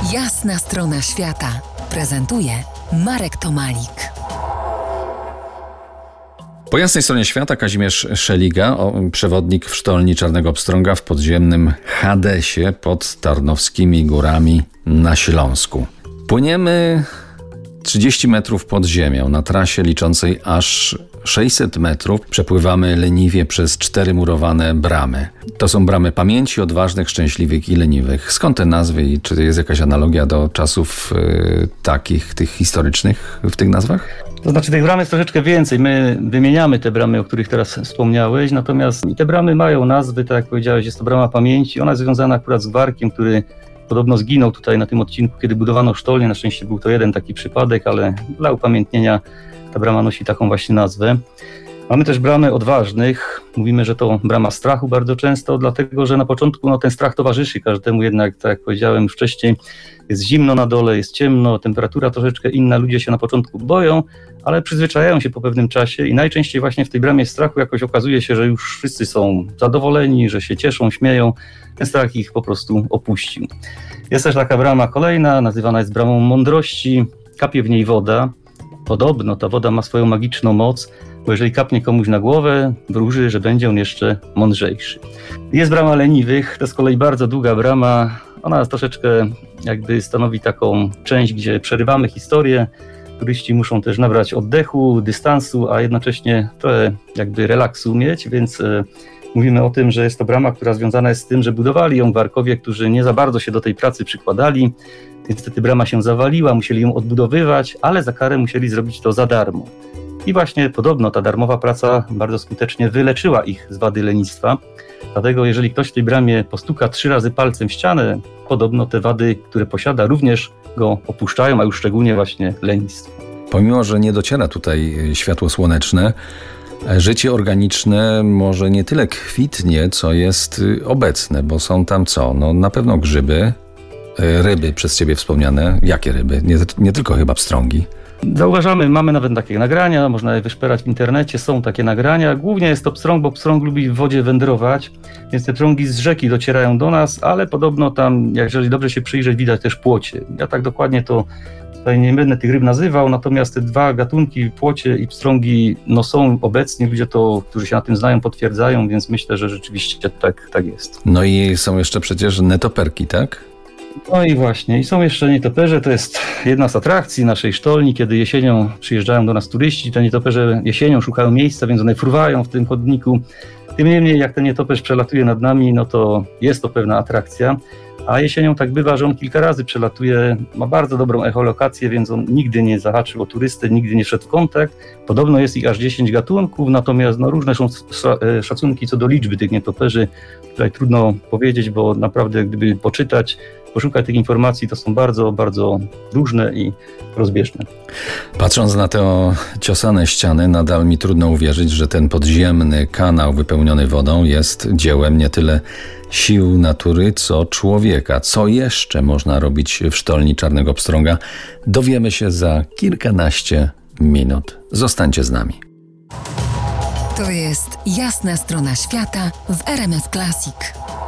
Jasna strona świata prezentuje Marek Tomalik. Po jasnej stronie świata Kazimierz Szeliga, przewodnik w sztolni Czarnego Pstrąga w podziemnym Hadesie pod Tarnowskimi Górami na Śląsku. Płyniemy 30 metrów pod ziemią na trasie liczącej aż 600 metrów. Przepływamy leniwie przez 4 murowane bramy. To są bramy pamięci odważnych, szczęśliwych i leniwych. Skąd te nazwy i czy jest jakaś analogia do czasów tych historycznych w tych nazwach? To znaczy tych bram jest troszeczkę więcej. My wymieniamy te bramy, o których teraz wspomniałeś, natomiast te bramy mają nazwy, tak jak powiedziałeś, jest to brama pamięci. Ona jest związana akurat z Gwarkiem, który podobno zginął tutaj na tym odcinku, kiedy budowano sztolnię. Na szczęście był to jeden taki przypadek, ale dla upamiętnienia ta brama nosi taką właśnie nazwę. Mamy też bramy odważnych. Mówimy, że to brama strachu bardzo często, dlatego że na początku ten strach towarzyszy każdemu jednak, tak jak powiedziałem już wcześniej, jest zimno na dole, jest ciemno, temperatura troszeczkę inna, ludzie się na początku boją, ale przyzwyczajają się po pewnym czasie i najczęściej właśnie w tej bramie strachu jakoś okazuje się, że już wszyscy są zadowoleni, że się cieszą, śmieją, ten strach ich po prostu opuścił. Jest też taka brama kolejna, nazywana jest bramą mądrości, kapie w niej woda. Podobno ta woda ma swoją magiczną moc, bo jeżeli kapnie komuś na głowę, wróży, że będzie on jeszcze mądrzejszy. Jest brama leniwych, to z kolei bardzo długa brama. Ona troszeczkę jakby stanowi taką część, gdzie przerywamy historię. Turyści muszą też nabrać oddechu, dystansu, a jednocześnie trochę jakby relaksu mieć, więc mówimy o tym, że jest to brama, która związana jest z tym, że budowali ją Gwarkowie, którzy nie za bardzo się do tej pracy przykładali. Niestety brama się zawaliła, musieli ją odbudowywać, ale za karę musieli zrobić to za darmo. I właśnie podobno ta darmowa praca bardzo skutecznie wyleczyła ich z wady lenistwa. Dlatego jeżeli ktoś w tej bramie postuka 3 razy palcem w ścianę, podobno te wady, które posiada, również go opuszczają, a już szczególnie właśnie lenistwo. Pomimo, że nie dociera tutaj światło słoneczne, życie organiczne może nie tyle kwitnie, co jest obecne, bo są tam co? No na pewno grzyby, ryby przez ciebie wspomniane. Jakie ryby? Nie tylko chyba pstrągi. Zauważamy, mamy nawet takie nagrania, można je wyszperać w internecie, są takie nagrania. Głównie jest to pstrąg, bo pstrąg lubi w wodzie wędrować, więc te pstrągi z rzeki docierają do nas, ale podobno tam, jeżeli dobrze się przyjrzeć, widać też płocie. Ja tak dokładnie to tutaj nie będę tych ryb nazywał, natomiast te 2 gatunki, płocie i pstrągi, są obecni, ludzie to, którzy się na tym znają, potwierdzają, więc myślę, że rzeczywiście tak jest. No i są jeszcze przecież netoperki, tak? No i właśnie, i są jeszcze nietoperze, to jest jedna z atrakcji naszej sztolni, kiedy jesienią przyjeżdżają do nas turyści, te nietoperze jesienią szukają miejsca, więc one fruwają w tym chodniku. Tym niemniej, jak ten nietoperz przelatuje nad nami, no to jest to pewna atrakcja, a jesienią tak bywa, że on kilka razy przelatuje, ma bardzo dobrą echolokację, więc on nigdy nie zahaczył o turystę, nigdy nie wszedł w kontakt. Podobno jest ich aż 10 gatunków, natomiast różne są szacunki co do liczby tych nietoperzy. Tutaj trudno powiedzieć, bo naprawdę gdyby poszukać tych informacji, to są bardzo, bardzo różne i rozbieżne. Patrząc na te ciosane ściany, nadal mi trudno uwierzyć, że ten podziemny kanał wypełniony wodą jest dziełem nie tyle sił natury, co człowieka. Co jeszcze można robić w sztolni Czarnego Pstrąga? Dowiemy się za kilkanaście minut. Zostańcie z nami. To jest Jasna strona świata w RMF Classic.